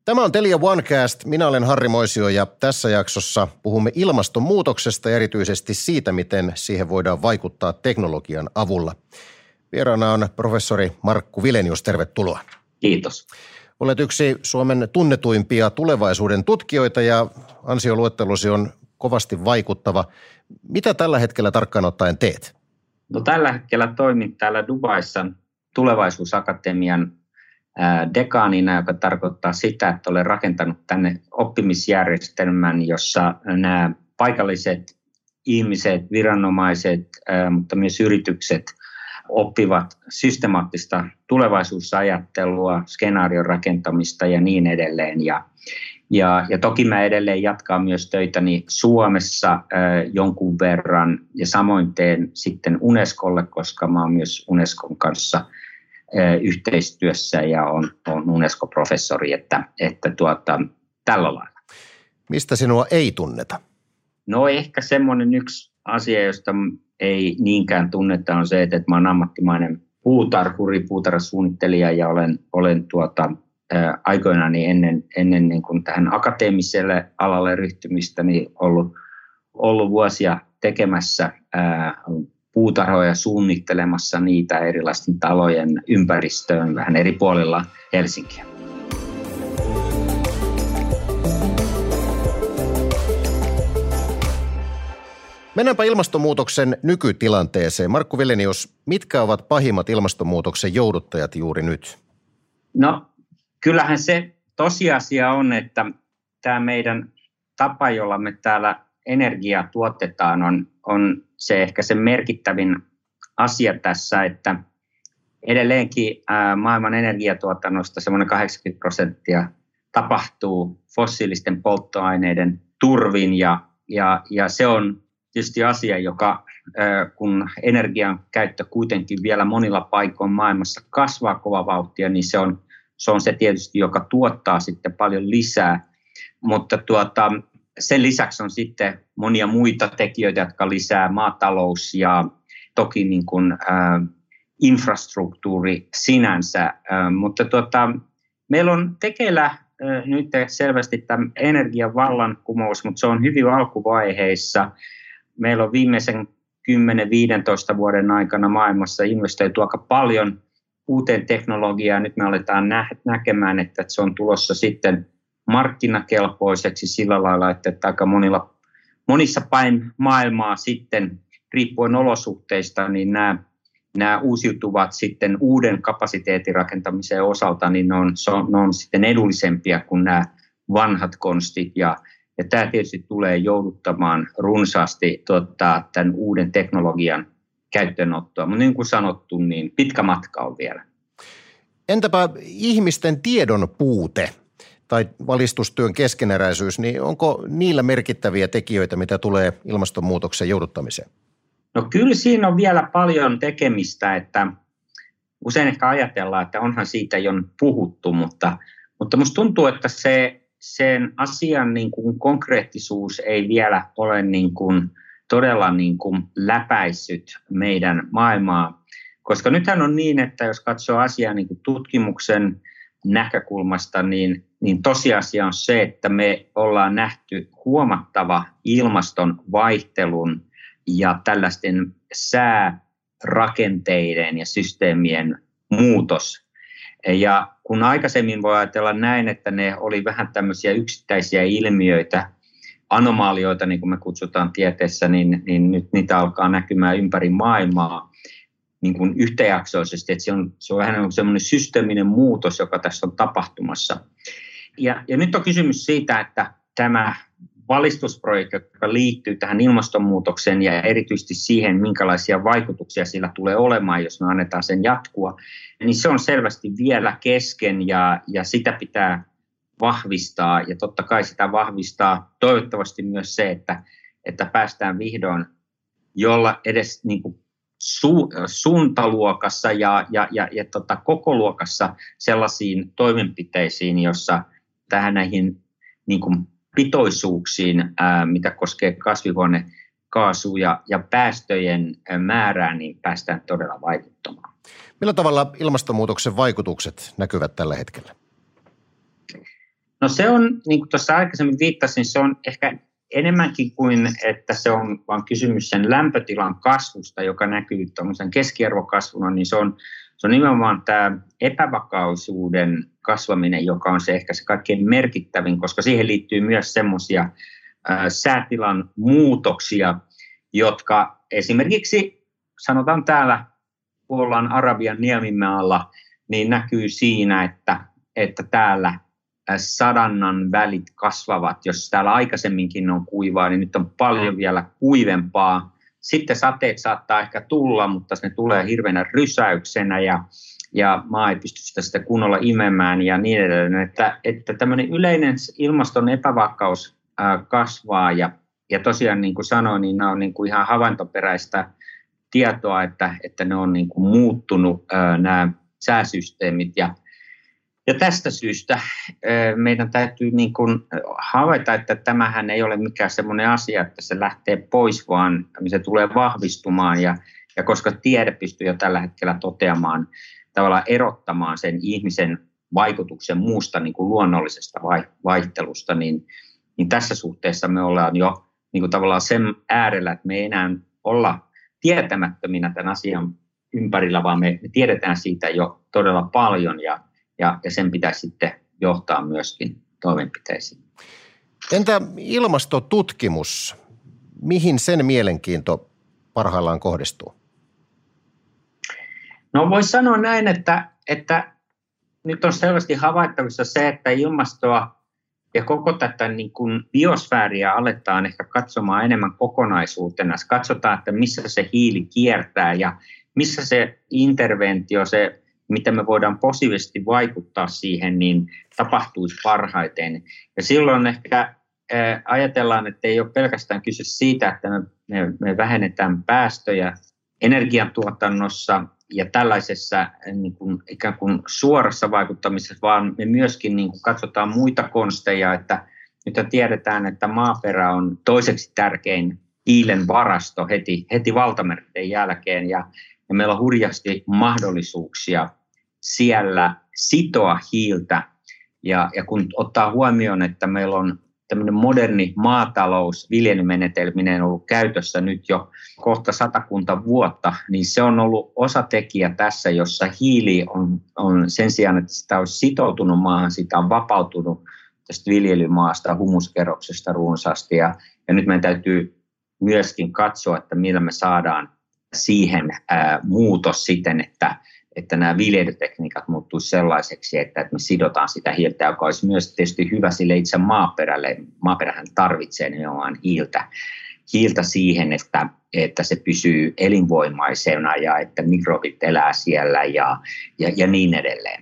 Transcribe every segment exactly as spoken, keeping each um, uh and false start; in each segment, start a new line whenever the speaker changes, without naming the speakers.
Tämä on Telia OneCast. Minä olen Harri Moisio ja tässä jaksossa puhumme ilmastonmuutoksesta ja erityisesti siitä, miten siihen voidaan vaikuttaa teknologian avulla. Vieraana on professori Markku Wilenius. Tervetuloa.
Kiitos.
Olet yksi Suomen tunnetuimpia tulevaisuuden tutkijoita ja ansioluettelosi on kovasti vaikuttava. Mitä tällä hetkellä tarkkaan ottaen teet?
No, tällä hetkellä toimin täällä Dubaissa Tulevaisuusakatemian dekaanina, joka tarkoittaa sitä, että olen rakentanut tänne oppimisjärjestelmän, jossa nämä paikalliset ihmiset, viranomaiset, mutta myös yritykset oppivat systemaattista tulevaisuusajattelua, skenaarion rakentamista ja niin edelleen. Ja, ja, ja toki mä edelleen jatkan myös töitäni Suomessa äh, jonkun verran ja samoin teen sitten Unescolle, koska mä oon myös Unescon kanssa äh, yhteistyössä ja on, on Unesco-professori, että, että tuota, tällä lailla.
Mistä sinua ei tunneta?
No ehkä semmoinen yksi asia, josta ei niinkään tunneta, on se, että mä oon ammattimainen puutarhuri, puutarhasuunnittelija ja olen, olen tuota, ää, aikoinani ennen, ennen niin kuin tähän akateemiselle alalle ryhtymistä niin ollut, ollut vuosia tekemässä ää, puutarhoja, suunnittelemassa niitä erilaisten talojen ympäristöön vähän eri puolilla Helsinkiä.
Mennäänpä ilmastonmuutoksen nykytilanteeseen. Markku Wilenius, mitkä ovat pahimmat ilmastonmuutoksen jouduttajat juuri nyt?
No, kyllähän se tosiasia on, että tämä meidän tapa, jolla me täällä energiaa tuotetaan, on, on se ehkä se merkittävin asia tässä, että edelleenkin ää, maailman energiatuotannosta semmoinen kahdeksankymmentä prosenttia tapahtuu fossiilisten polttoaineiden turvin ja, ja, ja se on tietysti asia, joka kun energian käyttö kuitenkin vielä monilla paikoin maailmassa kasvaa kova vauhtia, niin se on, se on se tietysti, joka tuottaa sitten paljon lisää. Mutta tuota, sen lisäksi on sitten monia muita tekijöitä, jotka lisää maatalous ja toki niin kuin, ä, infrastruktuuri sinänsä. Ä, mutta tuota, meillä on tekeillä ä, nyt selvästi tämä energian vallankumous, mutta se on hyvin alkuvaiheissa. Meillä on viimeisen kymmenen viisitoista vuoden aikana maailmassa investoitu aika paljon uuteen teknologiaan. Nyt me aletaan nä- näkemään, että se on tulossa sitten markkinakelpoiseksi sillä lailla, että aika monilla, monissa päin maailmaa sitten, riippuen olosuhteista, niin nämä, nämä uusiutuvat sitten uuden kapasiteetin rakentamisen osalta, niin ne on, ne on sitten edullisempia kuin nämä vanhat konstit ja Ja tämä tietysti tulee jouduttamaan runsaasti tuota, tämän uuden teknologian käyttöönottoa. Mutta niin kuin sanottu, niin pitkä matka on vielä.
Entäpä ihmisten tiedon puute tai valistustyön keskeneräisyys, niin onko niillä merkittäviä tekijöitä, mitä tulee ilmastonmuutoksen jouduttamiseen?
No kyllä siinä on vielä paljon tekemistä, että usein ehkä ajatellaan, että onhan siitä jo puhuttu, mutta, mutta musta tuntuu, että se sen asian niin kuin konkreettisuus ei vielä ole niin kuin todella niin kuin läpäissyt meidän maailmaa, koska nythän on niin, että jos katsoo asiaa niin kuin tutkimuksen näkökulmasta, niin, niin tosiasia on se, että me ollaan nähty huomattava ilmaston vaihtelun ja tällaisten säärakenteiden ja systeemien muutos. Ja kun aikaisemmin voi ajatella näin, että ne oli vähän tämmöisiä yksittäisiä ilmiöitä, anomalioita, niin kuin me kutsutaan tieteessä, niin, niin nyt niitä alkaa näkymään ympäri maailmaa niin kuin yhtäjaksoisesti. Että se on, se on vähän niin kuin semmoinen systeeminen muutos, joka tässä on tapahtumassa. Ja, ja nyt on kysymys siitä, että tämä valistusprojekti, joka liittyy tähän ilmastonmuutokseen ja erityisesti siihen, minkälaisia vaikutuksia sillä tulee olemaan, jos me annetaan sen jatkua, niin se on selvästi vielä kesken ja, ja sitä pitää vahvistaa. Ja totta kai sitä vahvistaa toivottavasti myös se, että, että päästään vihdoin jolla edes niin kuin su, suuntaluokassa ja, ja, ja, ja tota, koko luokassa sellaisiin toimenpiteisiin, jossa tähän näihin niin kuin pitoisuuksiin, ää, mitä koskee kasvihuonekaasuja ja päästöjen määrää, niin päästään todella vaikuttamaan.
Millä tavalla ilmastonmuutoksen vaikutukset näkyvät tällä hetkellä?
No se on, niin kuin tuossa aikaisemmin viittasin, se on ehkä enemmänkin kuin, että se on vaan kysymys sen lämpötilan kasvusta, joka näkyy tuollaisen keskiarvokasvuna, niin se on, se on nimenomaan tämä epävakaisuuden kasvaminen, joka on se ehkä se kaikkein merkittävin, koska siihen liittyy myös semmoisia säätilan muutoksia, jotka esimerkiksi sanotaan täällä, kun ollaan Arabian niemimaalla, niin näkyy siinä, että, että täällä sadannan välit kasvavat. Jos täällä aikaisemminkin on kuivaa, niin nyt on paljon vielä kuivempaa. Sitten sateet saattaa ehkä tulla, mutta ne tulee hirveänä rysäyksenä ja, ja maa ei pysty sitä, sitä kunnolla imemään ja niin edelleen. Että, että tämmöinen yleinen ilmaston epävakaus ää, kasvaa ja, ja tosiaan niin kuin sanoin, niin nämä on niin kuin ihan havaintoperäistä tietoa, että, että ne on niin kuin muuttunut ää, nämä sääsysteemit ja Ja tästä syystä meidän täytyy niin kuin havaita, että tämähän ei ole mikään semmoinen asia, että se lähtee pois, vaan se tulee vahvistumaan. Ja, ja koska tiede pystyy jo tällä hetkellä toteamaan, tavallaan erottamaan sen ihmisen vaikutuksen muusta niin kuin luonnollisesta vaihtelusta, niin, niin tässä suhteessa me ollaan jo niin kuin tavallaan sen äärellä, että me ei enää olla tietämättöminä tämän asian ympärillä, vaan me, me tiedetään siitä jo todella paljon ja Ja, ja sen pitäisi sitten johtaa myöskin toimenpiteisiin.
Entä ilmastotutkimus? Mihin sen mielenkiinto parhaillaan kohdistuu?
No voisi sanoa näin, että, että nyt on selvästi havaittavissa se, että ilmastoa ja koko tätä niin kuin biosfääriä aletaan ehkä katsomaan enemmän kokonaisuutena. Katsotaan, että missä se hiili kiertää ja missä se interventio, se miten me voidaan positiivisesti vaikuttaa siihen, niin tapahtuisi parhaiten. Ja silloin ehkä ää, ajatellaan, että ei ole pelkästään kyse siitä, että me, me, me vähennetään päästöjä energiantuotannossa ja tällaisessa niin kuin, ikään kuin suorassa vaikuttamisessa, vaan me myöskin niin kuin katsotaan muita konsteja, että nyt tiedetään, että maaperä on toiseksi tärkein hiilen varasto heti, heti valtamerten jälkeen ja, ja meillä on hurjasti mahdollisuuksia siellä sitoa hiiltä ja, ja kun ottaa huomioon, että meillä on tämmöinen moderni maatalous, viljelymenetelminen ollut käytössä nyt jo kohta satakunta vuotta, niin se on ollut osatekijä tässä, jossa hiili on, on sen sijaan, että sitä on sitoutunut maahan, sitä on vapautunut tästä viljelymaasta, humuskerroksesta runsaasti ja, ja nyt meidän täytyy myöskin katsoa, että millä me saadaan siihen ää, muutos siten, että että nämä viljelytekniikat muuttuisi sellaiseksi, että me sidotaan sitä hiiltä, joka olisi myös tietysti hyvä sille itse maaperälle. Maaperähän tarvitsee nimenomaan hiiltä, hiiltä siihen, että, että se pysyy elinvoimaisena ja että mikrobit elää siellä ja, ja, ja niin edelleen.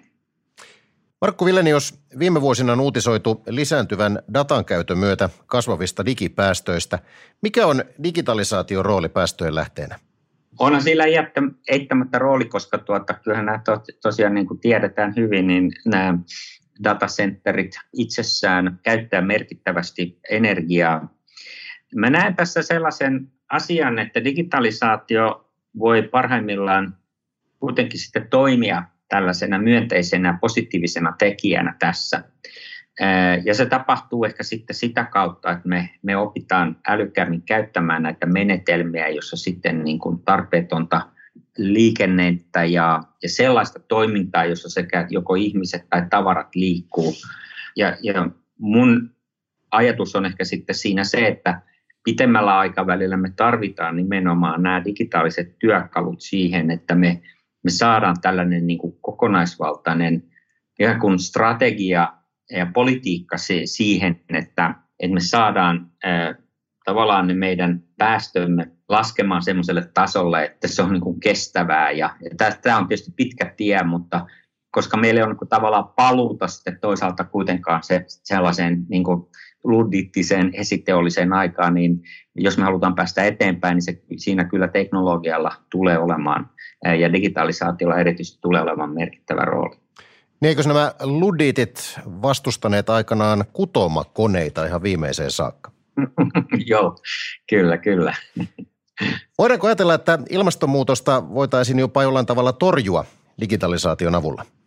Markku Villenius, viime vuosina on uutisoitu lisääntyvän datan käytön myötä kasvavista digipäästöistä. Mikä on digitalisaation rooli päästöjen lähteenä?
Onhan sillä eittämättä rooli, koska tuota, kyllähän nämä to, tosiaan niin kuin tiedetään hyvin, niin nämä datacenterit itsessään käyttää merkittävästi energiaa. Mä näen tässä sellaisen asian, että digitalisaatio voi parhaimmillaan kuitenkin sitten toimia tällaisena myönteisenä positiivisena tekijänä tässä. Ja se tapahtuu ehkä sitten sitä kautta, että me, me opitaan älykkäämmin käyttämään näitä menetelmiä, jossa sitten niin kuin tarpeetonta liikennettä ja, ja sellaista toimintaa, jossa sekä joko ihmiset tai tavarat liikkuu. Ja, ja mun ajatus on ehkä sitten siinä se, että pitemmällä aikavälillä me tarvitaan nimenomaan nämä digitaaliset työkalut siihen, että me, me saadaan tällainen niin kuin kokonaisvaltainen ikään kuin strategia ja politiikka siihen, että, että me saadaan ää, tavallaan ne meidän päästömme laskemaan semmoiselle tasolle, että se on niin kuin kestävää. Ja, ja tämä on tietysti pitkä tie, mutta koska meillä on niin kuin tavallaan paluuta sitten toisaalta kuitenkaan se, sellaiseen niin kuin luddittiseen esiteolliseen aikaan, niin jos me halutaan päästä eteenpäin, niin se, siinä kyllä teknologialla tulee olemaan ää, ja digitalisaatiolla erityisesti tulee olemaan merkittävä rooli.
Niin eikös nämä ludditit vastustaneet aikanaan kutomakoneita ihan viimeiseen saakka?
Joo, kyllä, kyllä.
Voidaanko ajatella, että ilmastonmuutosta voitaisiin jopa jollain tavalla torjua digitalisaation avulla?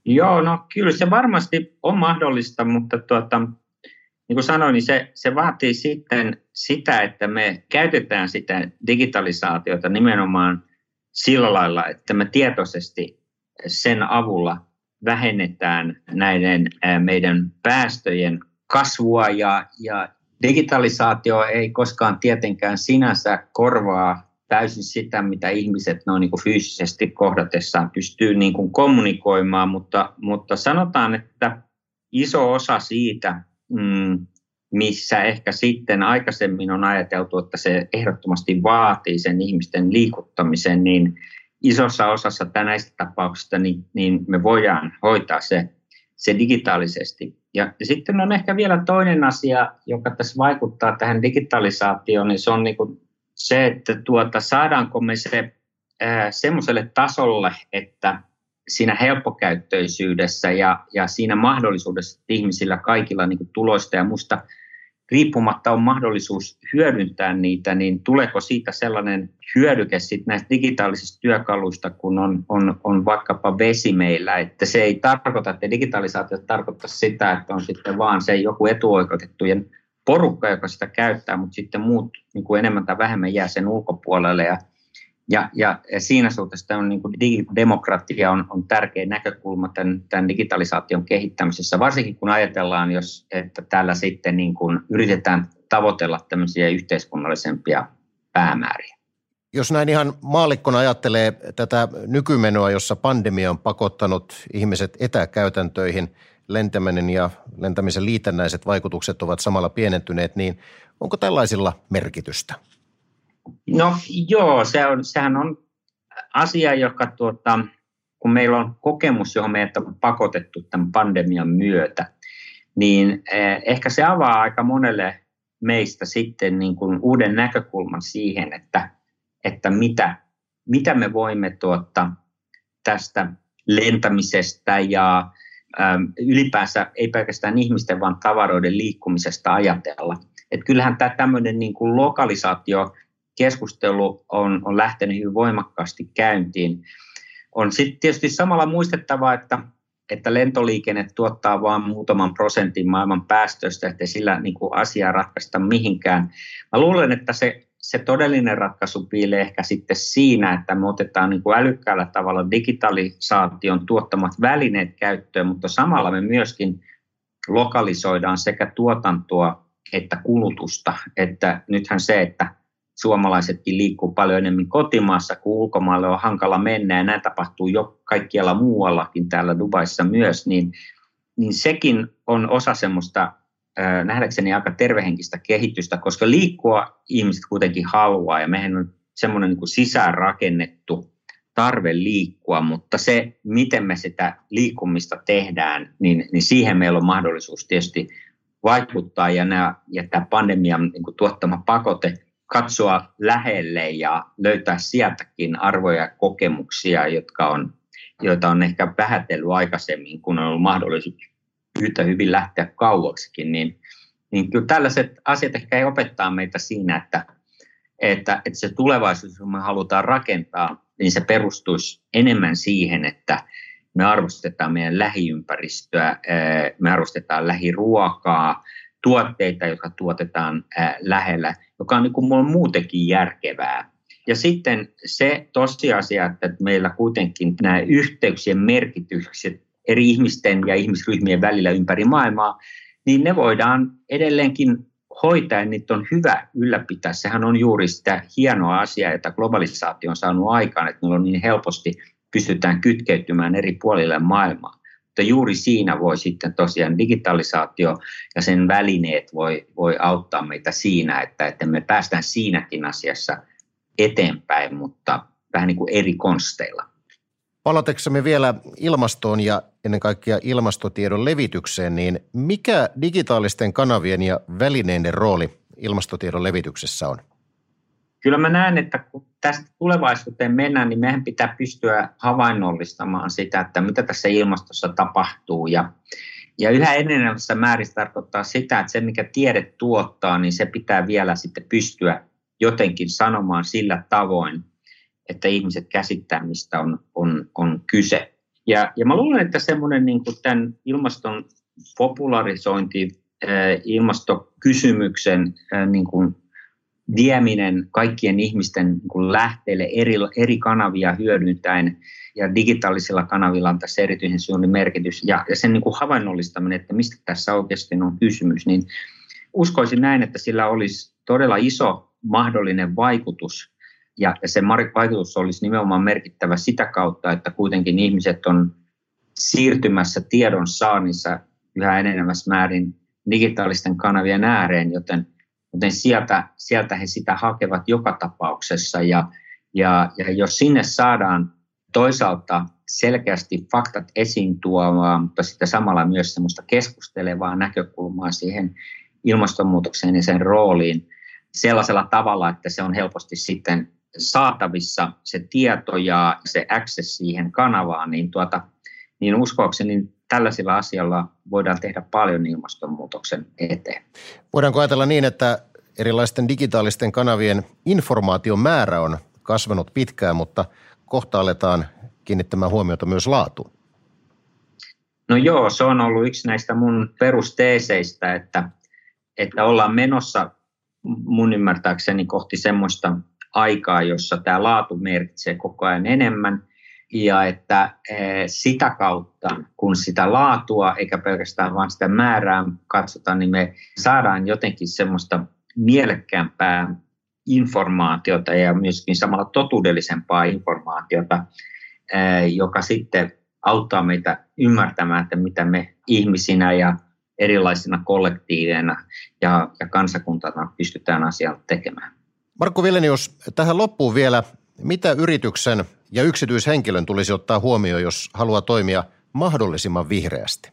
Joo, no kyllä se varmasti on mahdollista, mutta tuota, niin kuin sanoin, niin se, se vaatii sitten sitä, että me käytetään sitä digitalisaatiota nimenomaan sillä lailla, että me tietoisesti sen avulla vähennetään näiden meidän päästöjen kasvua ja, ja digitalisaatio ei koskaan tietenkään sinänsä korvaa täysin sitä, mitä ihmiset noin niin kuin fyysisesti kohdatessaan pystyy niin kuin kommunikoimaan, mutta, mutta sanotaan, että iso osa siitä, mm, missä ehkä sitten aikaisemmin on ajateltu, että se ehdottomasti vaatii sen ihmisten liikuttamisen, niin isossa osassa näistä tapauksista niin, niin me voidaan hoitaa se, se digitaalisesti. Ja, ja sitten on ehkä vielä toinen asia, joka tässä vaikuttaa tähän digitalisaatioon, niin se on niin kuin se, että tuota, saadaanko me se ää, semmoiselle tasolle, että siinä helppokäyttöisyydessä ja, ja siinä mahdollisuudessa, että ihmisillä kaikilla niin kuin tuloista ja musta riippumatta on mahdollisuus hyödyntää niitä, niin tuleeko siitä sellainen hyödyke sit näistä digitaalisista työkaluista, kun on, on, on vaikkapa vesi meillä, että se ei tarkoita, että digitalisaatio tarkoittaa sitä, että on sitten vaan se joku etuoikeutettujen porukka, joka sitä käyttää, mutta sitten muut niin kuin enemmän tai vähemmän jää sen ulkopuolelle. Ja, ja, ja, ja siinä suhteessa on, niin kuin digidemokratia on, on tärkeä näkökulma tämän, tämän digitalisaation kehittämisessä, varsinkin kun ajatellaan, jos, että täällä sitten niin kuin yritetään tavoitella tämmöisiä yhteiskunnallisempia päämääriä.
Jos näin ihan maallikkona ajattelee tätä nykymenoa, jossa pandemia on pakottanut ihmiset etäkäytäntöihin, lentäminen ja lentämisen liitännäiset vaikutukset ovat samalla pienentyneet, niin onko tällaisilla merkitystä?
No joo, se on, sehän on asia, joka tuota, kun meillä on kokemus, johon meidät on pakotettu tämän pandemian myötä, niin eh, ehkä se avaa aika monelle meistä sitten niin kuin uuden näkökulman siihen, että, että mitä, mitä me voimme tuota, tästä lentämisestä ja äm, ylipäänsä ei pelkästään ihmisten, vaan tavaroiden liikkumisesta ajatella. Että kyllähän tämä tämmöinen niin kuin lokalisaatio keskustelu on, on lähtenyt hyvin voimakkaasti käyntiin. On sitten tietysti samalla muistettava, että, että lentoliikenne tuottaa vain muutaman prosentin maailman päästöistä, ettei sillä niin kuin asiaa ratkaista mihinkään. Mä luulen, että se, se todellinen ratkaisu piilee ehkä sitten siinä, että me otetaan niin kuin älykkäällä tavalla digitalisaation tuottamat välineet käyttöön, mutta samalla me myöskin lokalisoidaan sekä tuotantoa että kulutusta. Että nythän se, että suomalaisetkin liikkuu paljon enemmän kotimaassa, kun ulkomaille on hankala mennä, ja näin tapahtuu jo kaikkialla muuallakin, täällä Dubaissa myös, niin, niin sekin on osa semmoista äh, nähdäkseni aika tervehenkistä kehitystä, koska liikkua ihmiset kuitenkin haluaa, ja mehän on semmoinen niin kuin sisäänrakennettu tarve liikkua, mutta se, miten me sitä liikkumista tehdään, niin, niin siihen meillä on mahdollisuus tietysti vaikuttaa, ja, nämä, ja tämä pandemian niin kuin tuottama pakote, katsoa lähelle ja löytää sieltäkin arvoja ja kokemuksia, jotka on, joita on ehkä vähätellyt aikaisemmin, kun on ollut mahdollisuus yhtä hyvin lähteä kauaksikin, niin, niin kyllä tällaiset asiat ehkä ei opettaa meitä siinä, että, että, että se tulevaisuus, jos me halutaan rakentaa, niin se perustuisi enemmän siihen, että me arvostetaan meidän lähiympäristöä, me arvostetaan lähiruokaa, tuotteita, jotka tuotetaan ää, lähellä, joka on niin kuin muutenkin järkevää. Ja sitten se tosiasia, että meillä kuitenkin nämä yhteyksien merkitykset eri ihmisten ja ihmisryhmien välillä ympäri maailmaa, niin ne voidaan edelleenkin hoitaa ja niitä on hyvä ylläpitää. Sehän on juuri sitä hienoa asiaa, jota globalisaatio on saanut aikaan, että meillä on niin helposti pystytään kytkeytymään eri puolille maailmaa. Mutta juuri siinä voi sitten tosiaan digitalisaatio ja sen välineet voi, voi auttaa meitä siinä, että, että me päästään siinäkin asiassa eteenpäin, mutta vähän niin kuin eri konsteilla.
Palateksemme vielä ilmastoon ja ennen kaikkea ilmastotiedon levitykseen, niin mikä digitaalisten kanavien ja välineiden rooli ilmastotiedon levityksessä on?
Kyllä mä näen, että kun tästä tulevaisuuteen mennään, niin meidän pitää pystyä havainnollistamaan sitä, että mitä tässä ilmastossa tapahtuu. Ja, ja yhä enenevässä määrissä tarkoittaa sitä, että se mikä tiede tuottaa, niin se pitää vielä sitten pystyä jotenkin sanomaan sillä tavoin, että ihmiset käsittää, mistä on, on, on kyse. Ja, ja mä luulen, että semmoinen niin kuin tämän ilmaston popularisointi, ilmastokysymyksen niin kuin vieminen kaikkien ihmisten niin kuin lähteille eri, eri kanavia hyödyntäen, ja digitaalisilla kanavilla on tässä erityisen suuri merkitys, ja, ja sen niin kuin havainnollistaminen, että mistä tässä oikeasti on kysymys, niin uskoisin näin, että sillä olisi todella iso mahdollinen vaikutus, ja, ja se vaikutus olisi nimenomaan merkittävä sitä kautta, että kuitenkin ihmiset on siirtymässä tiedon saannissa yhä enenevässä määrin digitaalisten kanavien ääreen, joten, joten sieltä, sieltä he sitä hakevat joka tapauksessa, ja, ja, ja jos sinne saadaan toisaalta selkeästi faktat esiin tuovaa, mutta sitten samalla myös semmoista keskustelevaa näkökulmaa siihen ilmastonmuutokseen ja sen rooliin sellaisella tavalla, että se on helposti sitten saatavissa se tieto ja se access siihen kanavaan, niin, tuota, niin uskoakseni tällaisilla asialla voidaan tehdä paljon ilmastonmuutoksen eteen.
Voidaanko ajatella niin, että erilaisten digitaalisten kanavien informaatiomäärä on kasvanut pitkään, mutta kohta aletaan kiinnittämään huomiota myös laatuun?
No joo, se on ollut yksi näistä mun perusteeseistä, että, että ollaan menossa mun ymmärtääkseni kohti semmoista aikaa, jossa tämä laatu merkitsee koko ajan enemmän, ja että sitä kautta, kun sitä laatua eikä pelkästään vain sitä määrää katsotaan, niin me saadaan jotenkin semmoista mielekkäämpää informaatiota ja myöskin samalla totuudellisempaa informaatiota, joka sitten auttaa meitä ymmärtämään, että mitä me ihmisinä ja erilaisina kollektiiveina ja, ja kansakuntana pystytään asialle tekemään.
Markku Vilenius, tähän loppuun vielä, mitä yrityksen ja yksityishenkilön tulisi ottaa huomioon, jos haluaa toimia mahdollisimman vihreästi?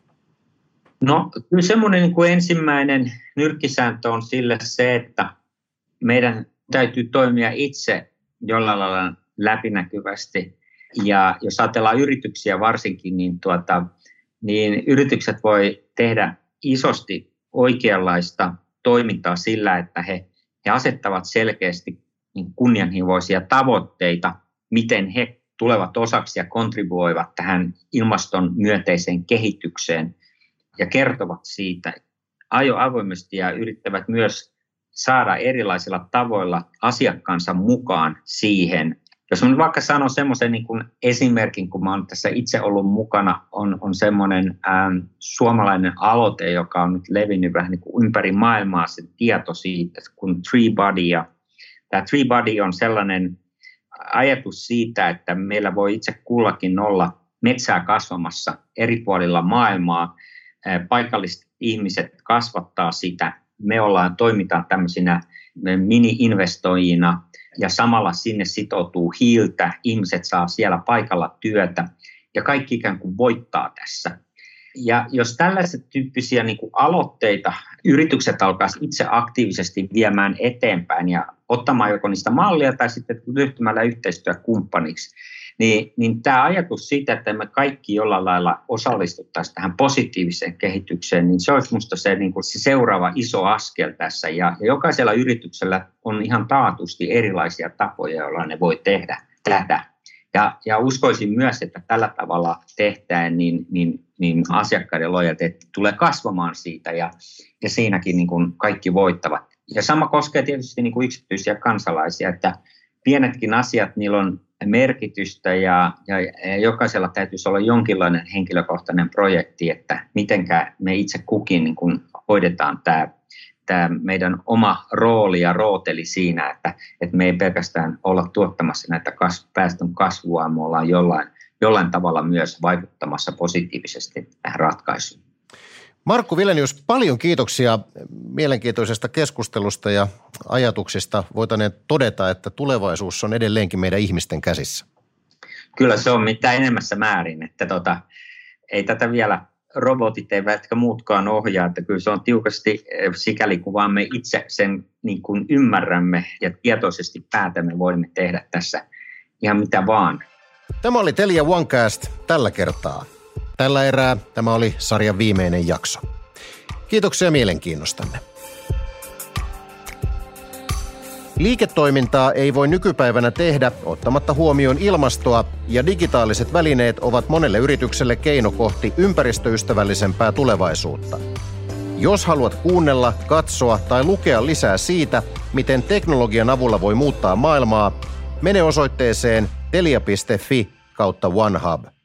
No kyllä semmoinen niin kuin ensimmäinen nyrkkisääntö on sille se, että meidän täytyy toimia itse jollain lailla läpinäkyvästi. Ja jos ajatellaan yrityksiä varsinkin, niin, tuota, niin yritykset voi tehdä isosti oikeanlaista toimintaa sillä, että he, he asettavat selkeästi kunnianhimoisia tavoitteita, miten he tulevat osaksi ja kontribuoivat tähän ilmaston myönteiseen kehitykseen ja kertovat siitä ajo avoimesti ja yrittävät myös saada erilaisilla tavoilla asiakkaansa mukaan siihen. Jos minä vaikka sanon semmoisen niin kuin esimerkin, kun mä olen tässä itse ollut mukana, on, on semmoinen ähm, suomalainen aloite, joka on nyt levinnyt vähän niin kuin ympäri maailmaa, se tieto siitä, kun Tree Body. Ja tämä Tree Body on sellainen ajatus siitä, että meillä voi itse kullakin olla metsää kasvamassa eri puolilla maailmaa. Äh, paikalliset ihmiset kasvattaa sitä. Me ollaan, toimitaan tämmöisinä mini-investoijina ja samalla sinne sitoutuu hiiltä. Ihmiset saa siellä paikalla työtä ja kaikki ikään kuin voittaa tässä. Ja jos tällaiset tyyppisiä niin kuin aloitteita yritykset alkaa itse aktiivisesti viemään eteenpäin ja ottamaan joko niistä mallia tai sitten ryhtymällä yhteistyökumppaniksi, niin, niin tämä ajatus siitä, että me kaikki jollain lailla osallistuttaisiin tähän positiiviseen kehitykseen, niin se olisi minusta se, niin kuin se seuraava iso askel tässä. Ja, ja jokaisella yrityksellä on ihan taatusti erilaisia tapoja, joilla ne voi tehdä tätä. Ja, ja uskoisin myös, että tällä tavalla tehtäen niin, niin, niin asiakkaiden lojaliteetti tulee kasvamaan siitä ja, ja siinäkin niin kuin kaikki voittavat. Ja sama koskee tietysti niin kuin yksityisiä kansalaisia, että pienetkin asiat, niillä on merkitystä ja, ja jokaisella täytyisi olla jonkinlainen henkilökohtainen projekti, että mitenkä me itse kukin niin kuin hoidetaan tämä, tämä meidän oma rooli ja rooteli siinä, että, että me ei pelkästään olla tuottamassa näitä kas, päästön kasvua, me ollaan jollain, jollain tavalla myös vaikuttamassa positiivisesti tähän ratkaisuun.
Markku Vilenius, paljon kiitoksia mielenkiintoisesta keskustelusta ja ajatuksista. Voitaneen todeta, että tulevaisuus on edelleenkin meidän ihmisten käsissä.
Kyllä se on mitä enemmässä määrin, että tota, ei tätä vielä robotit eivätkä muutkaan ohjaa, että kyllä se on tiukasti sikäli kun vaan me itse sen niin kuin ymmärrämme ja tietoisesti päätämme voimme tehdä tässä ihan mitä vaan.
Tämä oli Telia OneCast tällä kertaa. Tällä erää tämä oli sarjan viimeinen jakso. Kiitoksia mielenkiinnostanne. Liiketoimintaa ei voi nykypäivänä tehdä ottamatta huomioon ilmastoa, ja digitaaliset välineet ovat monelle yritykselle keino kohti ympäristöystävällisempää tulevaisuutta. Jos haluat kuunnella, katsoa tai lukea lisää siitä, miten teknologian avulla voi muuttaa maailmaa, mene osoitteeseen telia piste fi kautta OneHub.